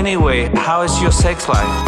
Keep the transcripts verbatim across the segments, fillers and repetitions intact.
Anyway, how is your sex life?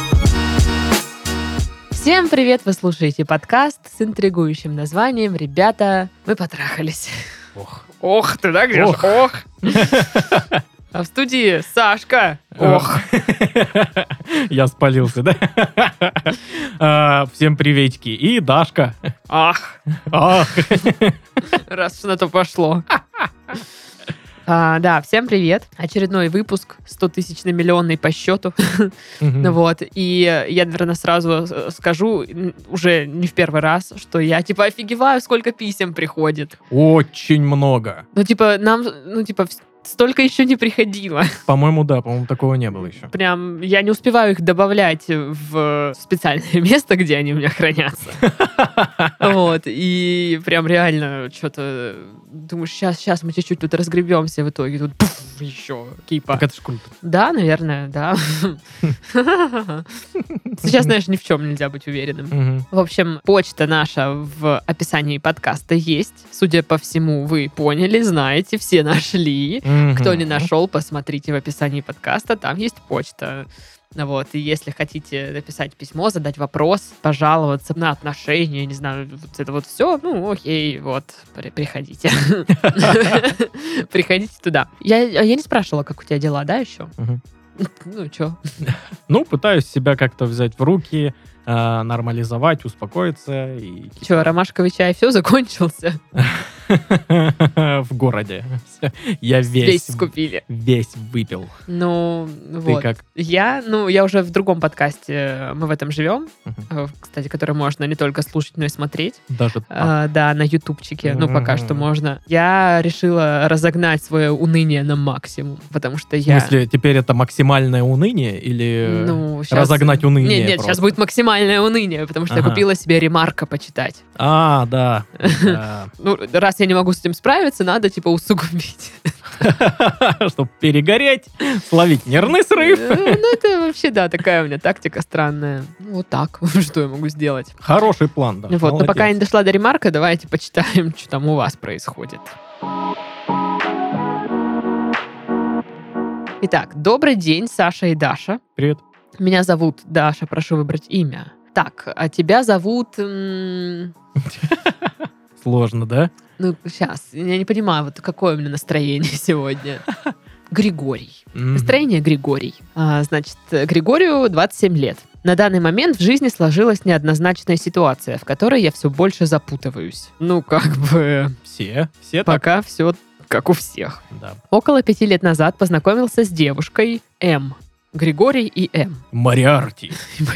Всем привет! Вы слушаете подкаст с интригующим названием «Ребята, мы потрахались». Ох. Ох, ты так говоришь? Ох. Ох. А в студии Сашка. Ох. Я спалился, да? А, Всем приветики. И Дашка. Ах. Ах. Раз уж на то пошло. А, да, всем привет. Очередной выпуск, стотысячный миллионный по счету. Мгм. Вот. И я, наверное, сразу скажу, н- уже не в первый раз, что я, типа, офигеваю, сколько писем приходит. Очень много. Ну, типа, нам, ну, типа, вс- столько еще не приходило. По-моему, да, по-моему, такого не было еще. Прям я не успеваю их добавлять в специальное место, где они у меня хранятся. Вот. И прям реально что-то думаешь, сейчас, сейчас мы чуть-чуть тут разгребемся, в итоге тут пуф, еще кипа. Так это ж круто. Да, наверное, да. Сейчас, знаешь, ни в чем нельзя быть уверенным. Мгм. В общем, почта наша в описании подкаста есть. Судя по всему, вы поняли, знаете, все нашли. Кто Мгм. не нашел, посмотрите в описании подкаста, там есть почта. Вот, и если хотите написать письмо, задать вопрос, пожаловаться на отношения, не знаю, вот это вот все, ну, окей, вот, при- приходите. Приходите туда. Я, я не спрашивала, как у тебя дела, да, еще? Мгм. Ну, что? Ну, пытаюсь себя как-то взять в руки, а, нормализовать, успокоиться и Че, ромашковый чай все закончился? в городе. Я Весь весь скупили. весь выпил. Ну, Ты вот. как? Я, ну, я уже в другом подкасте «Мы в этом живем», Мгм. э, кстати, который можно не только слушать, но и смотреть. Даже так. А, да, на ютубчике, ну, пока Мгм. что можно. Я решила разогнать свое уныние на максимум, потому что В я... смысле, теперь это максимальное уныние или Ну, щас- разогнать уныние? Нет, нет, просто? сейчас будет максимальное уныние, потому что я Ага. купила себе ремарка почитать. А, да. Да. Ну, раз я не могу с этим справиться, надо, типа, усугубить. Чтобы перегореть, словить нервный срыв. Э, Ну, это вообще, да, такая у меня тактика странная. Ну, вот так. Что я могу сделать? Хороший план, да. Вот, но пока я не молодец. дошла до ремарка, давайте почитаем, что там у вас происходит. Итак, добрый день, Саша и Даша. Привет. Меня зовут Даша, прошу выбрать имя. Так, а тебя зовут... м, Сложно, да? Ну, сейчас, я не понимаю, вот какое у меня настроение сегодня. Григорий. Мгм. Настроение Григорий. А, значит, Григорию двадцать семь лет. На данный момент в жизни сложилась неоднозначная ситуация, в которой я все больше запутываюсь. Ну, как бы, Все, все так. пока все как у всех. Да. Около пяти лет назад познакомился с девушкой М. Григорий и М, Мариарти.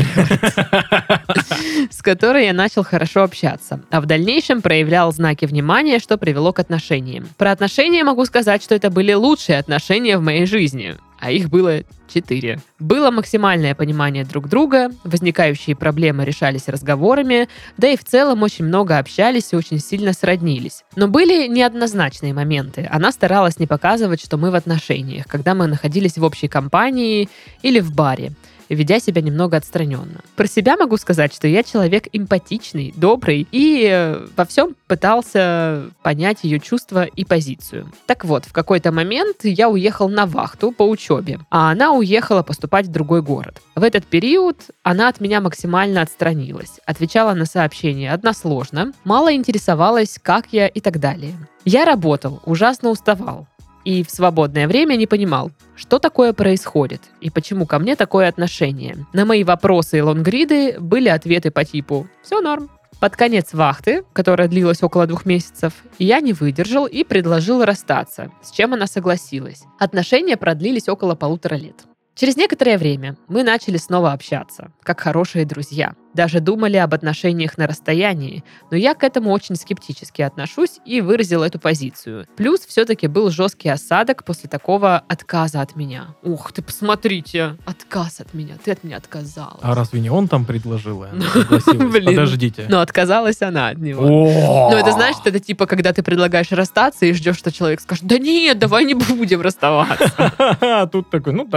с которой я начал хорошо общаться, а в дальнейшем проявлял знаки внимания, что привело к отношениям. Про отношения могу сказать, что это были лучшие отношения в моей жизни, а их было четыре. Было максимальное понимание друг друга, возникающие проблемы решались разговорами, да и в целом очень много общались и очень сильно сроднились. Но были неоднозначные моменты. Она старалась не показывать, что мы в отношениях, когда мы находились в общей компании или в баре, ведя себя немного отстраненно. Про себя могу сказать, что я человек эмпатичный, добрый и э, во всем пытался понять ее чувства и позицию. Так вот, в какой-то момент я уехал на вахту по учебе, а она уехала поступать в другой город. В этот период она от меня максимально отстранилась, отвечала на сообщения односложно, мало интересовалась, как я и так далее. Я работал, ужасно уставал. И в свободное время не понимал, что такое происходит и почему ко мне такое отношение. На мои вопросы и лонгриды были ответы по типу «все норм». Под конец вахты, которая длилась около двух месяцев, я не выдержал и предложил расстаться, с чем она согласилась. Отношения продлились около полутора лет. Через некоторое время мы начали снова общаться, как хорошие друзья. Даже думали об отношениях на расстоянии, но я к этому очень скептически отношусь и выразил эту позицию. Плюс все-таки был жесткий осадок после такого отказа от меня. Ух ты, посмотрите, отказ от меня, ты от меня отказалась. А разве не он там предложил, и она согласилась? Блин. Подождите. Но отказалась она от него. О! Ну, это знаешь, это типа, когда ты предлагаешь расстаться и ждешь, что человек скажет, да нет, давай не будем расставаться. Тут такой, ну давай, он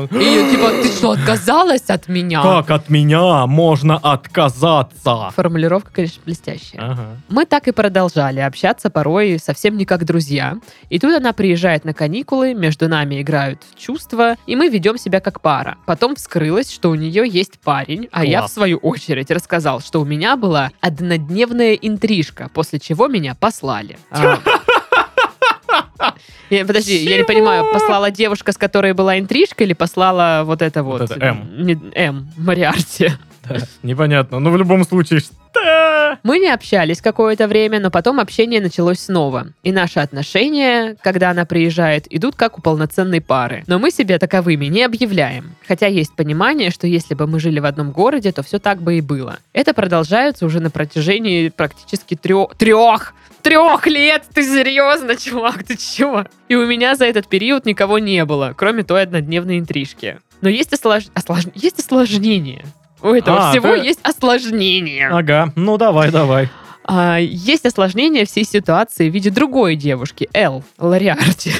И типа, ты что, отказалась от меня? Как от меня можно отказаться? Формулировка, конечно, блестящая. Ага. Мы так и продолжали общаться порой совсем не как друзья. И тут она приезжает на каникулы, между нами играют чувства, и мы ведем себя как пара. Потом вскрылось, что у нее есть парень, а я в Класс. свою очередь рассказал, что у меня была однодневная интрижка, после чего меня послали. А. Я- Подожди, я не понимаю, послала девушка, с которой была интрижка, или послала вот это вот? Вот это М. Не- М, Мариарти. Да, непонятно. Но в любом случае, что? Мы не общались какое-то время, но потом общение началось снова. И наши отношения, когда она приезжает, идут как у полноценной пары. Но мы себя таковыми не объявляем. Хотя есть понимание, что если бы мы жили в одном городе, то все так бы и было. Это продолжается уже на протяжении практически трех... Трех! Трех лет! Ты серьезно, чувак? Ты чего? И у меня за этот период никого не было, кроме той однодневной интрижки. Но есть, ослож... ослож- есть осложнение. У этого А, всего ты- есть осложнение. Ага, ну давай, давай. А, есть осложнение всей ситуации в виде другой девушки, Эл Лориарти,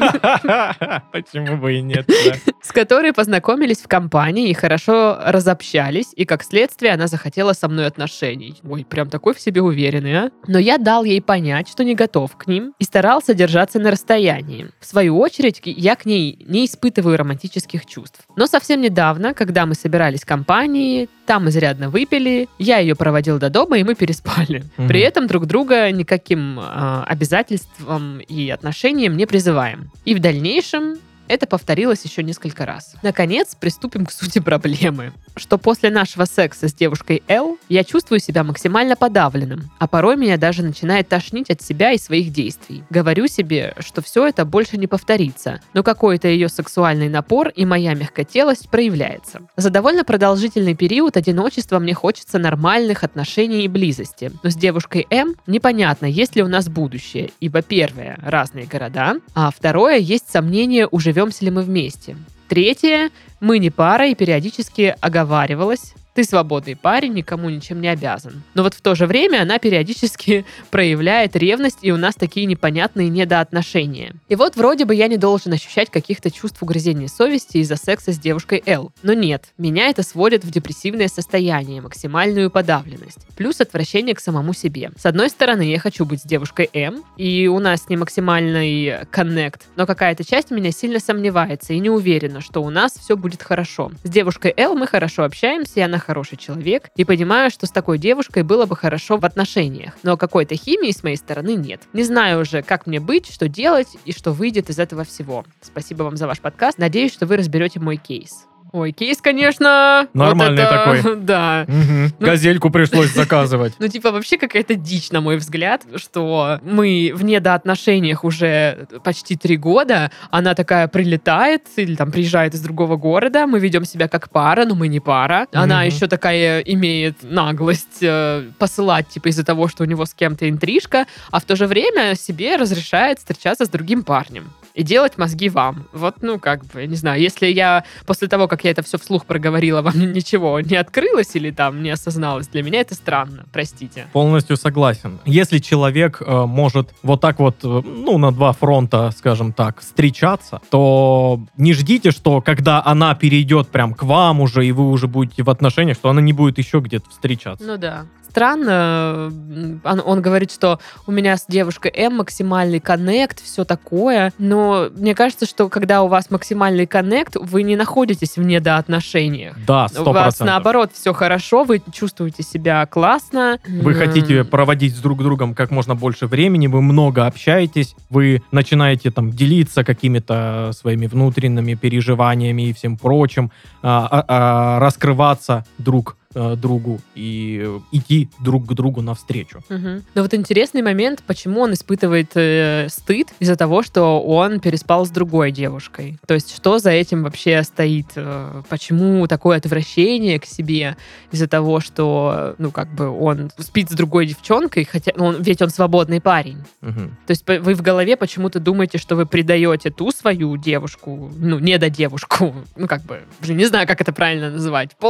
Почему бы и нет, да. с которой познакомились в компании и хорошо разобщались, и как следствие она захотела со мной отношений. Ой, прям такой в себе уверенный, а? Но я дал ей понять, что не готов к ним, и старался держаться на расстоянии. В свою очередь, я к ней не испытываю романтических чувств. Но совсем недавно, когда мы собирались в компании, там изрядно выпили, я ее проводил до дома, и мы переспали. Мгм. При этом друг друга никаким а, обязательствам и отношениям не призываем. И в дальнейшем это повторилось еще несколько раз. Наконец, приступим к сути проблемы. Что после нашего секса с девушкой Эл я чувствую себя максимально подавленным, а порой меня даже начинает тошнить от себя и своих действий. Говорю себе, что все это больше не повторится, но какой-то ее сексуальный напор и моя мягкотелость проявляется. За довольно продолжительный период одиночества мне хочется нормальных отношений и близости. Но с девушкой М непонятно, есть ли у нас будущее, ибо первое – разные города, а второе – есть сомнения, уживемся ли мы вместе. Третье – мы не пара и периодически оговаривалась. Ты свободный парень, никому ничем не обязан. Но вот в то же время она периодически проявляет ревность, и у нас такие непонятные недоотношения. И вот вроде бы я не должен ощущать каких-то чувств угрызения совести из-за секса с девушкой Эл. Но нет, меня это сводит в депрессивное состояние, максимальную подавленность. Плюс отвращение к самому себе. С одной стороны, я хочу быть с девушкой М, и у нас с ней максимальный коннект, но какая-то часть меня сильно сомневается и не уверена, что у нас все будет хорошо. С девушкой Эл мы хорошо общаемся, и она хороший человек, и понимаю, что с такой девушкой было бы хорошо в отношениях, но какой-то химии с моей стороны нет. Не знаю уже, как мне быть, что делать и что выйдет из этого всего. Спасибо вам за ваш подкаст. Надеюсь, что вы разберете мой кейс. Ой, кейс, конечно... Нормальный вот это- такой. Да. Мгм. Ну- Газельку пришлось заказывать. Ну, типа, вообще какая-то дичь, на мой взгляд, что мы в недоотношениях уже почти три года, она такая прилетает или там приезжает из другого города, мы ведем себя как пара, но мы не пара. Она Мгм. еще такая имеет наглость э, посылать, типа, из-за того, что у него с кем-то интрижка, а в то же время себе разрешает встречаться с другим парнем и делать мозги вам. Вот, ну, как бы, я не знаю, если я после того, как я это все вслух проговорила, вам ничего не открылось или там не осозналось, для меня это странно, простите. Полностью согласен. Если человек э, может вот так вот, э, ну, на два фронта, скажем так, встречаться, то не ждите, что когда она перейдет прям к вам уже, и вы уже будете в отношениях, что она не будет еще где-то встречаться. Ну да. Странно, м, он, он говорит, что у меня с девушкой М максимальный коннект, все такое, но мне кажется, что когда у вас максимальный коннект, вы не находитесь в недоотношениях. Да, У сто вас, процентов. наоборот, все хорошо, вы чувствуете себя классно. Вы М, хотите проводить с друг другом как можно больше времени, вы много общаетесь, вы начинаете там делиться какими-то своими внутренними переживаниями и всем прочим, а, а, а, раскрываться друг э, другу и э, идти друг к другу навстречу. Мгм. Но вот интересный момент, почему он испытывает э, стыд из-за того, что он переспал с другой девушкой. То есть что за этим вообще стоит? Э, почему такое отвращение к себе из-за того, что, ну, как бы он спит с другой девчонкой, хотя, ну, он, ведь он свободный парень. Мгм. То есть п- вы в голове почему-то думаете, что вы предаете ту свою девушку, ну, недодевушку, ну, как бы, блин, не знаю, как это правильно называть, полу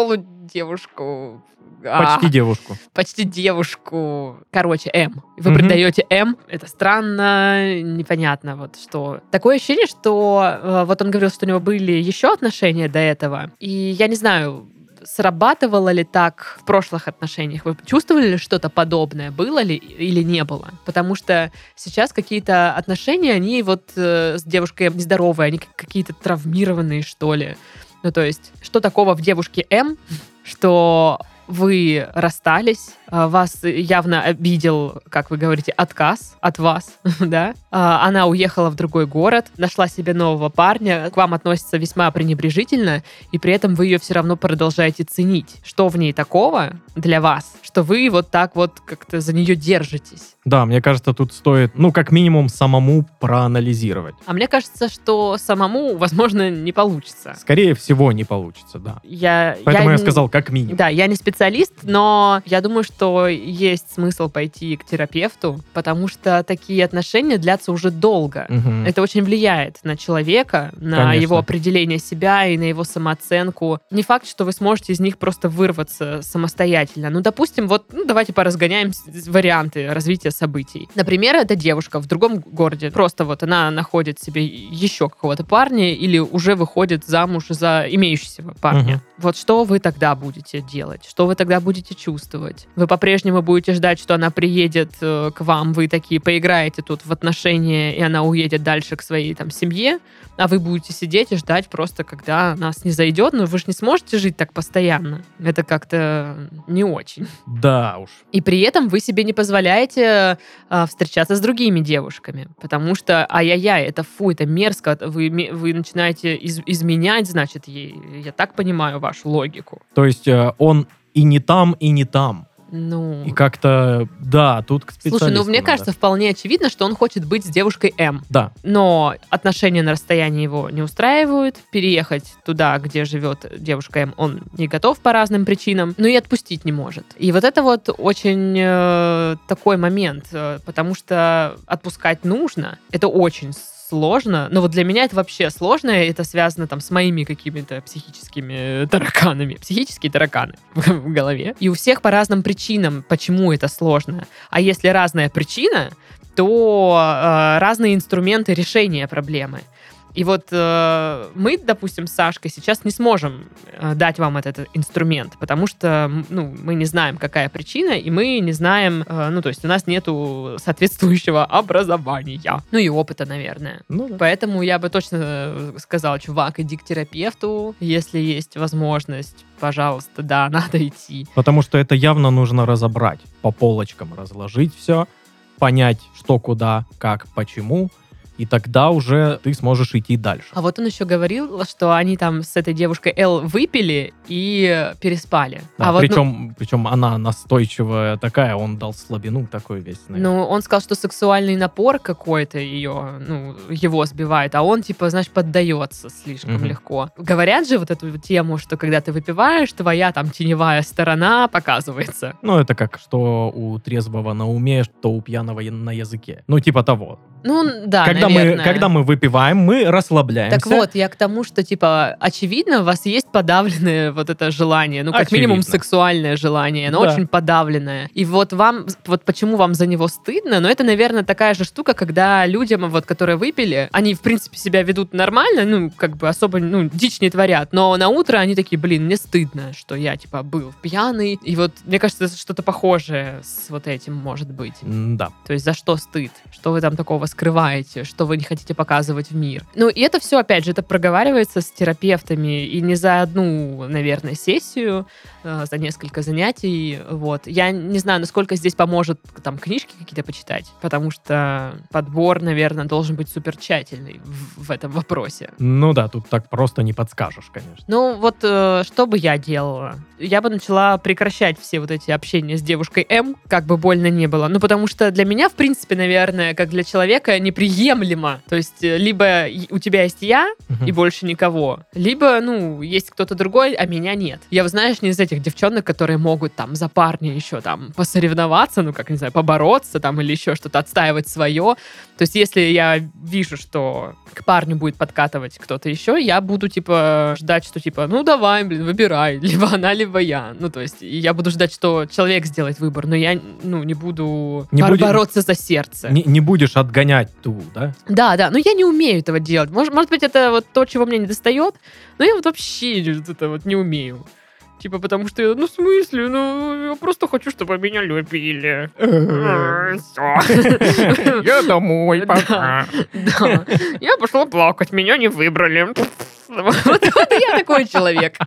девушку... Почти а, девушку. Почти девушку. Короче, М. Вы Мгм. продаете М. Это странно, непонятно. Вот что. Такое ощущение, что э, вот он говорил, что у него были еще отношения до этого. И я не знаю, срабатывало ли так в прошлых отношениях? Вы чувствовали ли что-то подобное? Было ли или не было? Потому что сейчас какие-то отношения, они вот э, с девушкой нездоровые, они какие-то травмированные, что ли. Ну, то есть, что такого в девушке М, что вы расстались, а, вас явно обидел, как вы говорите, отказ от вас, да? А, Она уехала в другой город, нашла себе нового парня, к вам относится весьма пренебрежительно, и при этом вы ее все равно продолжаете ценить. Что в ней такого для вас, что вы вот так вот как-то за нее держитесь? Да, мне кажется, тут стоит, ну, как минимум, самому проанализировать. А мне кажется, что самому, возможно, не получится. Скорее всего, не получится, да. Я, Поэтому я, не- сказал, как минимум. Да, я не специалист, но я думаю, что есть смысл пойти к терапевту, потому что такие отношения длятся уже долго. Мгм. Это очень влияет на человека, на Конечно. его определение себя и на его самооценку. Не факт, что вы сможете из них просто вырваться самостоятельно. Ну, допустим, вот, ну, давайте поразгоняем с- варианты развития событий. Например, эта девушка в другом городе, просто вот она находит себе еще какого-то парня или уже выходит замуж за имеющегося парня. Мгм. Вот что вы тогда будете делать? Что вы тогда будете чувствовать? Вы по-прежнему будете ждать, что она приедет э, к вам, вы такие поиграете тут в отношения, и она уедет дальше к своей там семье, а вы будете сидеть и ждать просто, когда она снизойдет, но вы же не сможете жить так постоянно. Это как-то не очень. Да уж. И при этом вы себе не позволяете а, встречаться с другими девушками, потому что ай-яй-яй, это фу, это мерзко, вы, ме- вы начинаете из- изменять, значит, ей. Я так понимаю вашу логику. То есть э, он и не там, и не там. Ну... И как-то, да, тут к специалисту Слушай, ну мне надо. кажется, вполне очевидно, что он хочет быть с девушкой М. Да, Но отношения на расстоянии его не устраивают. Переехать туда, где живет девушка М, он не готов по разным причинам. Ну и отпустить не может. И вот это вот очень э, такой момент, э, потому что отпускать нужно. Это очень сложно. Но вот для меня это вообще сложно. Это связано там с моими какими-то психическими тараканами. Психические тараканы в голове. И у всех по разным причинам, почему это сложно. А если разная причина, то э, разные инструменты решения проблемы. И вот э, мы, допустим, с Сашкой сейчас не сможем э, дать вам этот инструмент, потому что м, ну, мы не знаем, какая причина, и мы не знаем, э, ну, то есть у нас нету соответствующего образования, ну и опыта, наверное. ну да. Поэтому я бы точно э, сказала, чувак, иди к терапевту, если есть возможность, пожалуйста, да, надо идти. Потому что это явно нужно разобрать, по полочкам разложить все, понять, что, куда, как, почему, и тогда уже ты сможешь идти дальше. А вот он еще говорил, что они там с этой девушкой Л выпили и переспали. Да, а вот, ну, причем, причем она настойчивая такая, он дал слабину такой весь. наверное. ну, он сказал, что сексуальный напор какой-то ее, ну, его сбивает, а он, типа, знаешь, поддается слишком Мгм. легко. Говорят же вот эту вот тему, что когда ты выпиваешь, твоя там теневая сторона показывается. Ну, это как, что у трезвого на уме, что у пьяного на языке. Ну, типа того. Ну, да, когда, мы, наверное. когда мы выпиваем, мы расслабляемся. Так вот, я к тому, что, типа, очевидно, у вас есть подавленное вот это желание, ну, как Очевидно. минимум, сексуальное желание, оно Да. очень подавленное. И вот вам, вот почему вам за него стыдно, но это, наверное, такая же штука, когда людям, вот, которые выпили, они, в принципе, себя ведут нормально, ну, как бы особо, ну, дичь не творят, но на утро они такие, блин, мне стыдно, что я, типа, был пьяный, и вот, мне кажется, это что-то похожее с вот этим может быть. Да. То есть за что стыд? Что вы там такого скрываете? Что вы не хотите показывать в мир? Ну, и это все, опять же, это проговаривается с терапевтами и не за одну, наверное, сессию, э, за несколько занятий. Вот. Я не знаю, насколько здесь поможет там книжки какие-то почитать, потому что подбор, наверное, должен быть супер тщательный в, в этом вопросе. Ну да, тут так просто не подскажешь, конечно. Ну, вот э, что бы я делала? Я бы начала прекращать все вот эти общения с девушкой М, как бы больно не было. Ну, потому что для меня, в принципе, наверное, как для человека, человека неприемлемо. То есть э, либо и- у тебя есть я, Мгм. и больше никого, либо, ну, есть кто-то другой, а меня нет. Я, вот, знаешь, не из этих девчонок, которые могут там за парня еще там посоревноваться, ну, как, не знаю, побороться там или еще что-то, отстаивать свое. То есть если я вижу, что к парню будет подкатывать кто-то еще, я буду, типа, ждать, что, типа, ну, давай, блин, выбирай, либо она, либо я. Ну, то есть я буду ждать, что человек сделает выбор, но я, ну, не буду Не бор- будет- бороться за сердце. Не, не будешь отгонять ту, да? Да, да, но я не умею этого делать. Может, может быть, это вот то, чего мне не достает, но я вот вообще вот это вот не умею. Типа, потому что, я, ну, в смысле, ну, я просто хочу, чтобы меня любили. Всё. Я домой Да. Да. Я пошла плакать, меня не выбрали. Вот вот я такой человек.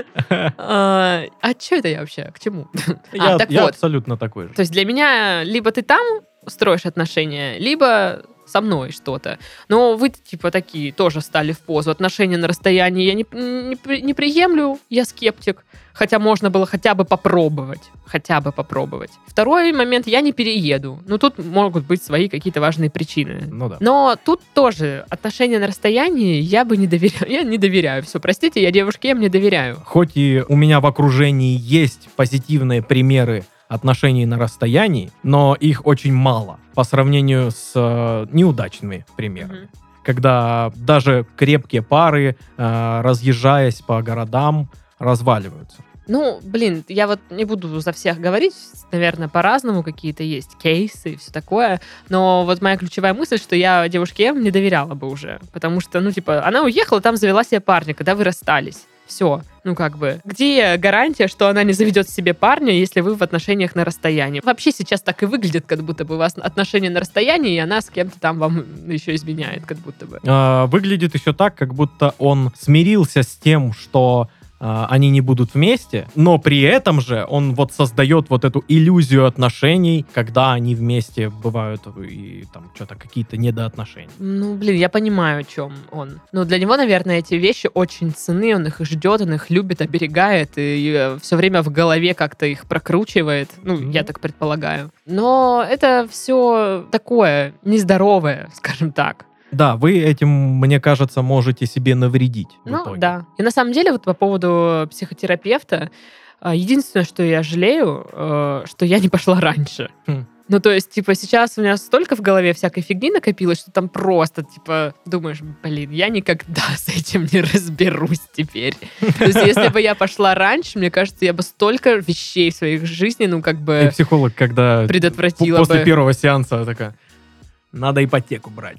А что это я вообще? К чему? Я, А, так я вот. абсолютно такой же. То есть для меня либо ты там строишь отношения, либо со мной что-то. Но вы, типа, такие тоже стали в позу. Отношения на расстоянии я не, не, при- не приемлю, я скептик. Хотя можно было хотя бы попробовать. Хотя бы попробовать. Второй момент, я не перееду. Ну, тут могут быть свои какие-то важные причины. Ну да. Но тут тоже отношения на расстоянии я бы не доверяю. Я не доверяю. Все, простите, я девушке, я мне доверяю. Хоть и у меня в окружении есть позитивные примеры отношений на расстоянии, но их очень мало по сравнению с э, неудачными примерами. Мгм. Когда даже крепкие пары, э, разъезжаясь по городам, разваливаются. Ну, блин, я вот не буду за всех говорить, наверное, по-разному какие-то есть кейсы и все такое, но вот моя ключевая мысль, что я девушке М не доверяла бы уже, потому что, ну, типа, она уехала, там завела себе парня, когда вы расстались. Все, ну как бы, где гарантия, что она не заведет себе парня, если вы в отношениях на расстоянии? Вообще сейчас так и выглядит, как будто бы у вас отношения на расстоянии, и она с кем-то там вам еще изменяет, как будто бы. Э, выглядит еще так, как будто он смирился с тем, что э, они не будут вместе, но при этом же он вот создает вот эту иллюзию отношений, когда они вместе бывают и там что-то какие-то недоотношения. Ну, блин, я понимаю, о чем он. Ну, для него, наверное, эти вещи очень ценны, он их ждет, он их любит, оберегает, и все время в голове как-то их прокручивает. Ну, Мгм. я так предполагаю. Но это все такое нездоровое, скажем так. Да, вы этим, мне кажется, можете себе навредить. в Ну, итоге. да. И на самом деле, вот по поводу психотерапевта, а, единственное, что я жалею, э, что я не пошла раньше. Хм. Ну, то есть, типа, сейчас у меня столько в голове всякой фигни накопилось, что там просто, типа, думаешь, блин, я никогда с этим не разберусь теперь. То есть, если бы я пошла раньше, мне кажется, я бы столько вещей в своей жизни, ну, как И бы психолог, когда предотвратила после бы. первого сеанса такая: надо ипотеку брать.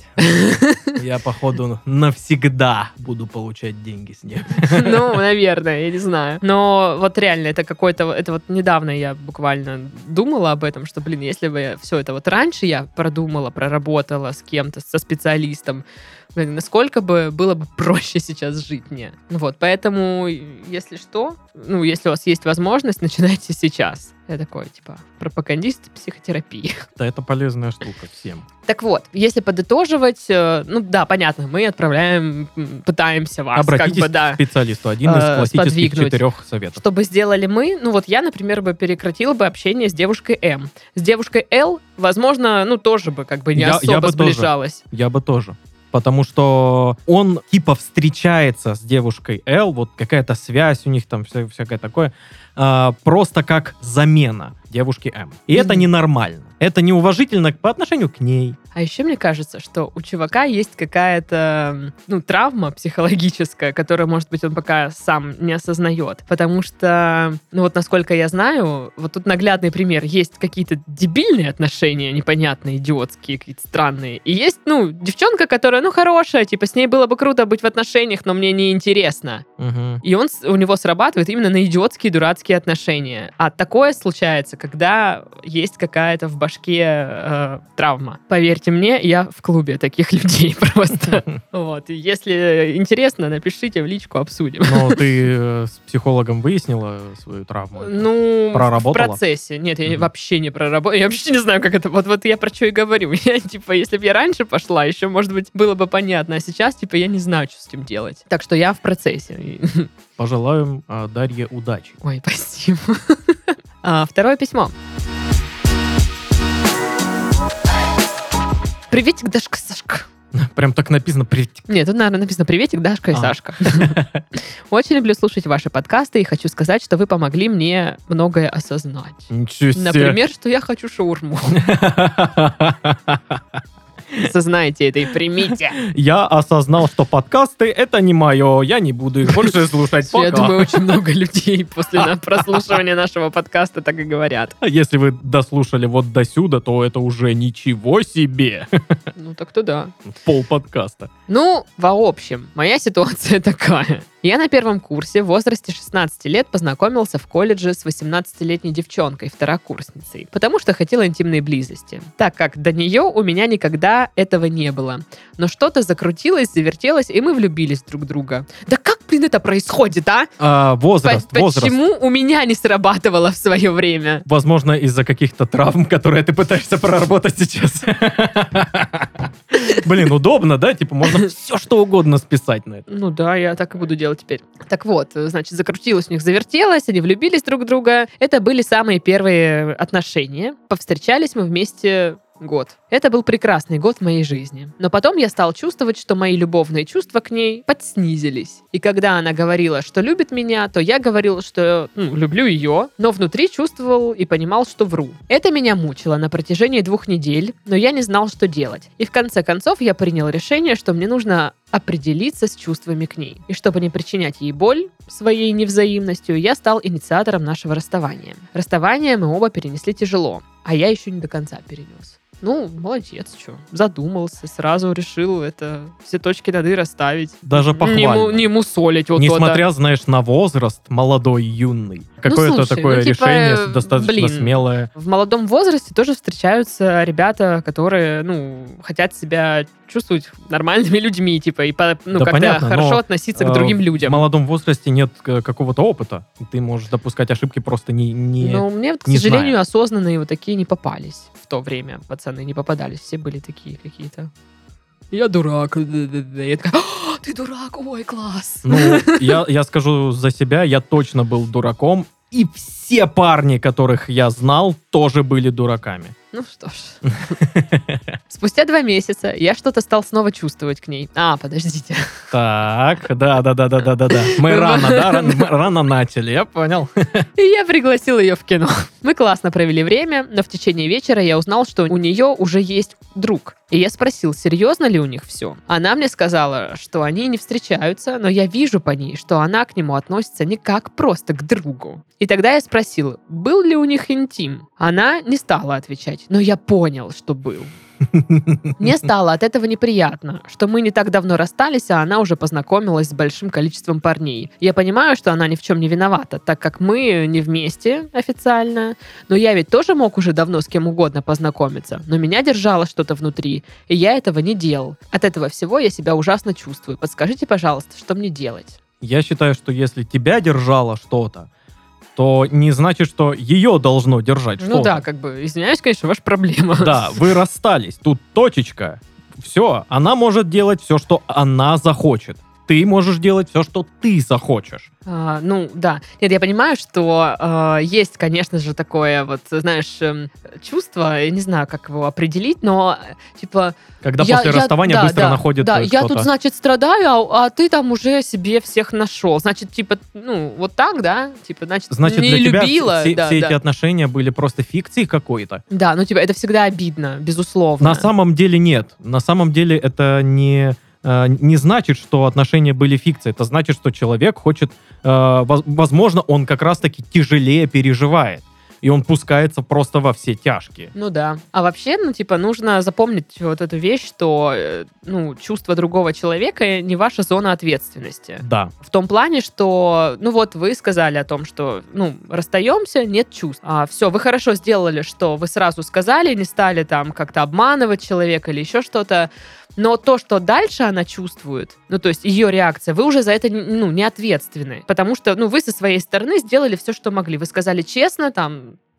Я, походу, навсегда буду получать деньги с нее. Ну, наверное, я не знаю. Но вот реально, это какой-то... Это вот недавно я буквально думала об этом, что, блин, если бы все это вот раньше я продумала, проработала с кем-то, со специалистом, блин, насколько бы было бы проще сейчас жить мне. Вот, поэтому, если что, ну, если у вас есть возможность, начинайте сейчас. Я такой, типа, пропагандист психотерапии. Да, это полезная штука всем. Так вот, если подытоживать, э, ну да, понятно, мы отправляем, м, пытаемся вас, Обратитесь как бы, да, к специалисту. Один из э, классических сподвигнуть. четырех советов. Что бы сделали мы? Ну вот я, например, бы прекратила бы общение с девушкой М. С девушкой Л, возможно, ну тоже бы как бы не Я- я особо бы тоже. сближалась. Я бы тоже. Потому что он типа встречается с девушкой Л, вот какая-то связь у них там, вся- всякое такое, а, просто как замена девушки М. И это Мгм. ненормально. Это неуважительно по отношению к ней. А еще мне кажется, что у чувака есть какая-то, ну, травма психологическая, которую, может быть, он пока сам не осознает. Потому что, ну вот насколько я знаю, вот тут наглядный пример. Есть какие-то дебильные отношения, непонятные, идиотские, какие-то странные. И есть, ну, девчонка, которая, ну, хорошая, типа, с ней было бы круто быть в отношениях, но мне не интересно. Мгм. И он, с- у него срабатывает именно на идиотские, дурацкие отношения. А такое случается, когда есть какая-то в башке э, травма. Поверьте мне, я в клубе таких людей просто. Вот. И если интересно, напишите в личку, обсудим. Но ты э, с психологом выяснила свою травму? Ну, Проработала? в процессе. Нет, я Мгм. вообще не проработала. Я вообще не знаю, как это... Вот, вот я про что и говорю. Я, типа, если бы я раньше пошла, еще, может быть, было бы понятно. А сейчас, типа, я не знаю, что с этим делать. Так что я в процессе. И- Пожелаем а, Дарье удачи. Ой, спасибо. А, Второе письмо. Приветик, Дашка, Сашка. Прям так написано. Привет. Нет, тут, наверное, написано «Приветик, Дашка и А. Сашка». Очень люблю слушать ваши подкасты и хочу сказать, что вы помогли мне многое осознать. Ничего себе. Например, что я хочу шаурму. Осознайте это и примите. Я осознал, что подкасты — это не мое. Я не буду их больше слушать. Я Пока. думаю, очень много людей после на- прослушивания нашего подкаста так и говорят. А если вы дослушали вот до сюда, то это уже ничего себе. Ну, так-то да. Пол подкаста. Ну, в общем, моя ситуация такая. Я на первом курсе в возрасте шестнадцати лет познакомился в колледже с восемнадцатилетней девчонкой, второкурсницей, потому что хотел интимной близости, так как до нее у меня никогда этого не было. Но что-то закрутилось, завертелось, и мы влюбились друг в друга. Да как, блин, это происходит, а? А, возраст, По- возраст. Почему у меня не срабатывало в свое время? Возможно, из-за каких-то травм, которые ты пытаешься проработать сейчас. Блин, удобно, да? Типа можно все что угодно списать на это. Ну да, я так и буду делать теперь. Так вот, значит, закрутилось у них, завертелось, они влюбились друг в друга. Это были самые первые отношения. Повстречались мы вместе год. Это был прекрасный год в моей жизни. Но потом я стал чувствовать, что мои любовные чувства к ней подснизились. И когда она говорила, что любит меня, то я говорил, что ну, люблю ее, но внутри чувствовал и понимал, что вру. Это меня мучило на протяжении двух недель, но я не знал, что делать. И в конце концов я принял решение, что мне нужно определиться с чувствами к ней. И чтобы не причинять ей боль своей невзаимностью, я стал инициатором нашего расставания. Расставание мы оба перенесли тяжело, а я еще не до конца перенес. Ну, молодец, что. Задумался, сразу решил это все точки над «и» расставить. Даже Не, похвально. му- не мусолить вот Несмотря, знаешь, на возраст молодой, юный. Какое-то слушай, такое ну, типа, решение э, достаточно блин. смелое. В молодом возрасте тоже встречаются ребята, которые, ну, хотят себя чувствовать нормальными людьми, типа, и по- ну, Да как-то понятно, хорошо но, относиться э, к другим В людям. молодом возрасте нет э, какого-то опыта. Ты можешь допускать ошибки просто не... не... Но мне, вот, к не сожалению, знаю. осознанные вот такие не попались в то время. Пацаны не попадались, все были такие какие-то. Я дурак. Я такая, «А, ты дурак, ой, класс. Ну, я, я скажу за себя, я точно был дураком. И все парни, которых я знал, тоже были дураками. Ну что ж. Спустя два месяца я что-то стал снова чувствовать к ней. А, подождите. Так, да-да-да-да-да-да. Мы рано, да, рано, мы рано начали, я понял. И я пригласил ее в кино. Мы классно провели время, но в течение вечера я узнал, что у нее уже есть друг. И я спросил, серьезно ли у них все. Она мне сказала, что они не встречаются, но я вижу по ней, что она к нему относится не как просто к другу. И тогда я спросил, был ли у них интим. Она не стала отвечать, но я понял, что был. Мне стало от этого неприятно, что мы не так давно расстались, а она уже познакомилась с большим количеством парней. Я понимаю, что она ни в чем не виновата, так как мы не вместе официально, но я ведь тоже мог уже давно с кем угодно познакомиться, но меня держало что-то внутри, и я этого не делал. От этого всего я себя ужасно чувствую. Подскажите, пожалуйста, что мне делать? Я считаю, что если тебя держало что-то, то не значит, что ее должно держать что-то. Ну да, как бы, извиняюсь, конечно, ваша проблема. Да, вы расстались, тут точечка. Все, она может делать все, что она захочет. Ты можешь делать все, что ты захочешь. А, ну, да. Нет, я понимаю, что э, есть, конечно же, такое вот, знаешь, эм, чувство, я не знаю, как его определить, но, э, типа... Когда я- после я- расставания да, быстро да, находит Да, э, я что-то. тут, значит, страдаю, а, а ты там уже себе всех нашел. Значит, типа, ну, вот так, да? Типа, значит, Значит, не для тебя любила. все, да, все да. эти отношения были просто фикцией какой-то. Да, ну, типа, это всегда обидно, безусловно. На самом деле нет. На самом деле это не, э, не значит, что отношения были фикцией. Это значит, что человек хочет... э, воз- возможно, он как раз-таки тяжелее переживает. И он пускается просто во все тяжкие. Ну да. А вообще, ну, типа, нужно запомнить вот эту вещь, что, э, ну, чувство другого человека не ваша зона ответственности. Да. В том плане, что, ну вот, вы сказали о том, что, ну, расстаемся, нет чувств. А, все, вы хорошо сделали, что вы сразу сказали, не стали там как-то обманывать человека или еще что-то. Но то, что дальше она чувствует, ну, то есть ее реакция, вы уже за это, ну, не ответственны. Потому что, ну, вы со своей стороны сделали все, что могли. Вы сказали честно, там,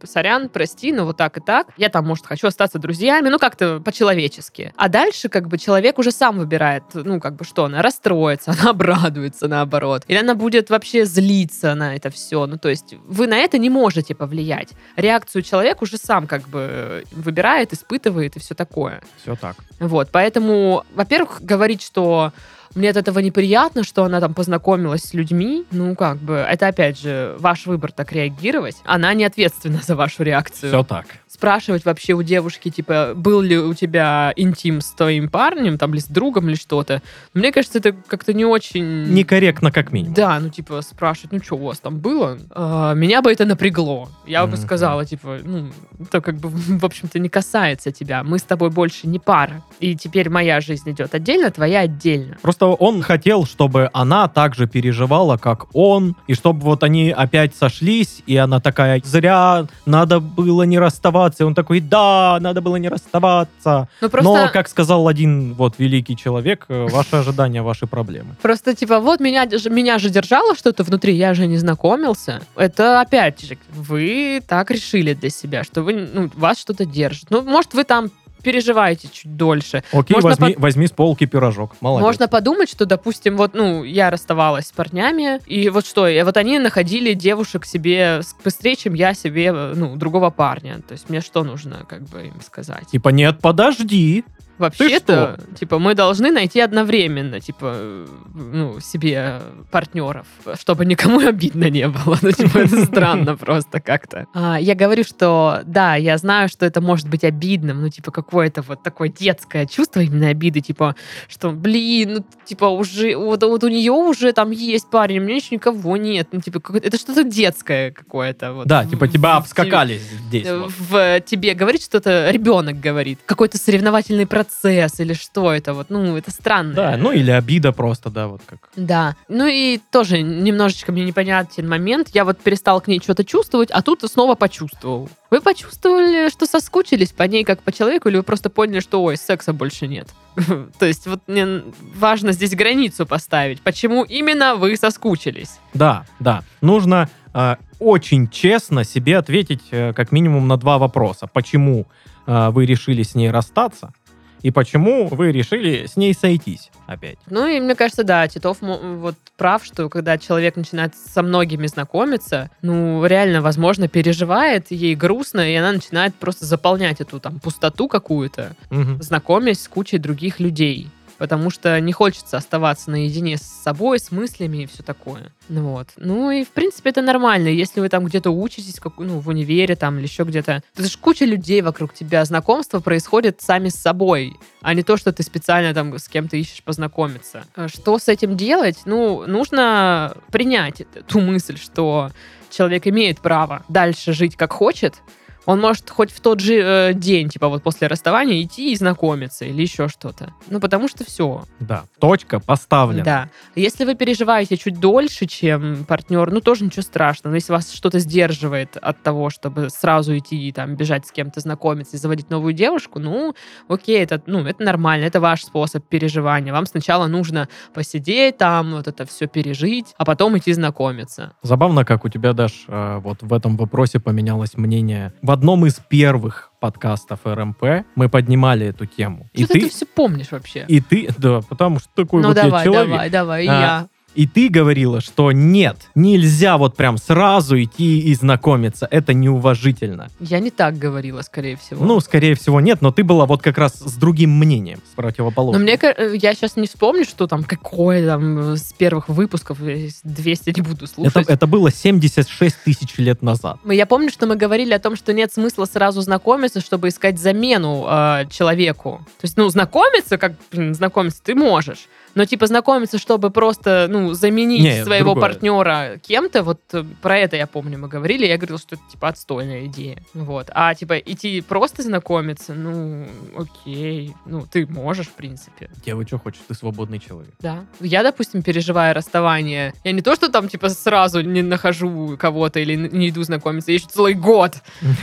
сорян, прости, но вот так и так. Я там, может, хочу остаться друзьями, ну, как-то по-человечески. А дальше, как бы, человек уже сам выбирает, ну, как бы, что она расстроится, она обрадуется, наоборот. Или она будет вообще злиться на это все. Ну, то есть вы на это не можете повлиять. Реакцию человек уже сам, как бы, выбирает, испытывает и все такое. Все так. Вот, поэтому, во-первых, говорить, что мне от этого неприятно, что она там познакомилась с людьми. Ну, как бы, это, опять же, ваш выбор так реагировать. Она не ответственна за вашу реакцию. Все так. Спрашивать вообще у девушки, типа, был ли у тебя интим с твоим парнем, там, или с другом, или что-то. Мне кажется, это как-то не очень... Некорректно, как минимум. Да, ну, типа, спрашивать, ну, что у вас там было? А, меня бы это напрягло. Я бы Мгм. сказала, типа, ну, это как бы, в общем-то, не касается тебя. Мы с тобой больше не пара. И теперь моя жизнь идет отдельно, твоя отдельно. Просто он хотел, чтобы она также переживала, как он, и чтобы вот они опять сошлись, и она такая, зря, надо было не расставаться. И он такой, да, надо было не расставаться. Ну, просто... Но, как сказал один вот великий человек, э, ваши ожидания, ваши проблемы. Просто, типа, вот меня, ж- меня же держало что-то внутри, я же не знакомился. Это, опять же, вы так решили для себя, что вы, ну, вас что-то держит. Ну, может, вы там переживаете чуть дольше. Окей, Можно возьми, под- возьми с полки пирожок. Молодец. Можно подумать, что, допустим, вот, ну, я расставалась с парнями, и вот что, и вот они находили девушек себе с- быстрее, чем я себе, ну, другого парня. То есть мне что нужно, как бы, им сказать? Типа, нет, подожди. Вообще-то, типа, мы должны найти одновременно, типа, э, ну, себе партнеров, чтобы никому обидно не было. Ну, типа, это странно просто как-то. А, я говорю, что, да, я знаю, что это может быть обидным, ну, типа, какое-то вот такое детское чувство именно обиды, типа, что, блин, ну, типа, уже, вот, вот у нее уже там есть парень, у меня еще никого нет. Ну, типа, какое-то- это что-то детское какое-то. Вот, Да, в- типа, тебя в- обскакали здесь. э, вот. в тебе говорит что-то, ребенок говорит, какой-то соревновательный процесс или что это, вот, ну, это странно. Да, ну или обида просто, да, вот как. Да, ну и тоже немножечко мне непонятен момент, я вот перестал к ней что-то чувствовать, а тут снова почувствовал. Вы почувствовали, что соскучились по ней как по человеку, или вы просто поняли, что, ой, секса больше нет? То есть вот мне важно здесь границу поставить, почему именно вы соскучились? Да, да. Нужно э, очень честно себе ответить э, как минимум на два вопроса. Почему э, вы решили с ней расстаться? И почему вы решили с ней сойтись опять? Ну и мне кажется, да, Титов мо- вот прав, что когда человек начинает со многими знакомиться, ну реально, возможно, переживает, ей грустно, и она начинает просто заполнять эту там пустоту какую-то, Мгм. знакомясь с кучей других людей. Потому что не хочется оставаться наедине с собой, с мыслями и все такое. Ну вот. Ну и, в принципе, это нормально. Если вы там где-то учитесь, как, ну, в универе там или еще где-то, это же куча людей вокруг тебя. Знакомства происходят сами с собой, а не то, что ты специально там с кем-то ищешь познакомиться. А Что с этим делать? Ну, нужно принять это- ту мысль, что человек имеет право дальше жить как хочет. Он может хоть в тот же э, день, типа вот после расставания, идти и знакомиться или еще что-то. Ну, потому что все. Да, точка поставлена. Да. Если вы переживаете чуть дольше, чем партнер, ну, тоже ничего страшного. Но если вас что-то сдерживает от того, чтобы сразу идти и там бежать с кем-то знакомиться и заводить новую девушку, ну, окей, это, ну, это нормально, это ваш способ переживания. Вам сначала нужно посидеть там, вот это все пережить, а потом идти знакомиться. Забавно, как у тебя, Даш, э, вот в этом вопросе поменялось мнение. В одном из первых подкастов эр эм пэ мы поднимали эту тему. И Что ты, ты, все помнишь вообще? и ты, да, потому что такой Ну, вот я давай, человек. давай, давай, и А, я. И ты говорила, что нет, нельзя вот прям сразу идти и знакомиться. Это неуважительно. Я не так говорила, скорее всего. Ну, скорее всего, нет, но ты была вот как раз с другим мнением, с Но противоположным. мне, ка- э, я сейчас не вспомню, что там, какое там э, с первых выпусков, я с двести не буду Это, слушать. это было семьдесят шесть тысяч лет назад. Мы- Я помню, что мы говорили о том, что нет смысла сразу знакомиться, чтобы искать замену э, человеку. То есть, ну, знакомиться, как, блин, знакомиться ты можешь, но, типа, знакомиться, чтобы просто, ну, заменить Не, своего другое. партнера кем-то, вот э, про это, я помню, мы говорили, я говорила, что это, типа, отстойная идея. Вот. А, типа, идти просто знакомиться, ну, окей, ну, ты можешь, в принципе. Дева, что хочешь, ты свободный человек. Да. Я, допустим, переживая расставание, я не то, что там, типа, сразу не нахожу кого-то или н- не иду знакомиться, я еще целый год.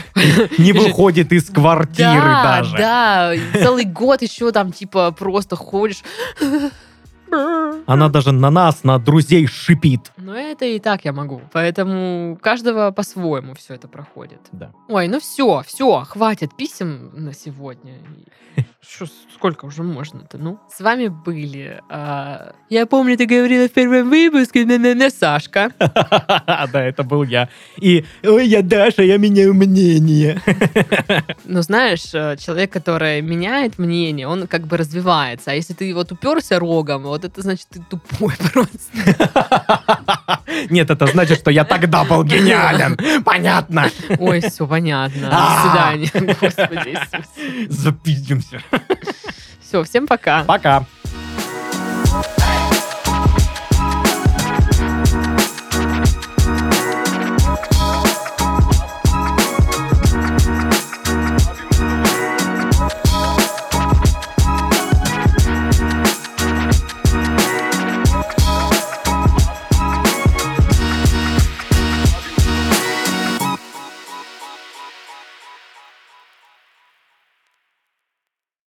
Не выходит из квартиры Да, даже. да, целый год еще там, типа, просто ходишь. Она даже на нас, на друзей шипит. Но это и так я могу. Поэтому у каждого по-своему все это проходит. Да. Ой, ну все, все, хватит писем на сегодня. Что, сколько уже можно-то, ну? С вами были... а, я помню, ты говорила в первом выпуске, на-на-на, Сашка. Да, это был я. И, ой, я Даша, я меняю мнение. Ну, знаешь, э, человек, который меняет мнение, он как бы развивается. А если ты вот уперся рогом, вот это значит, ты тупой просто. Нет, это значит, что я тогда был гениален. Понятно. Ой, все понятно. До А. свидания. Господи Иисусе. Запиздимся. Все, всем пока. Пока.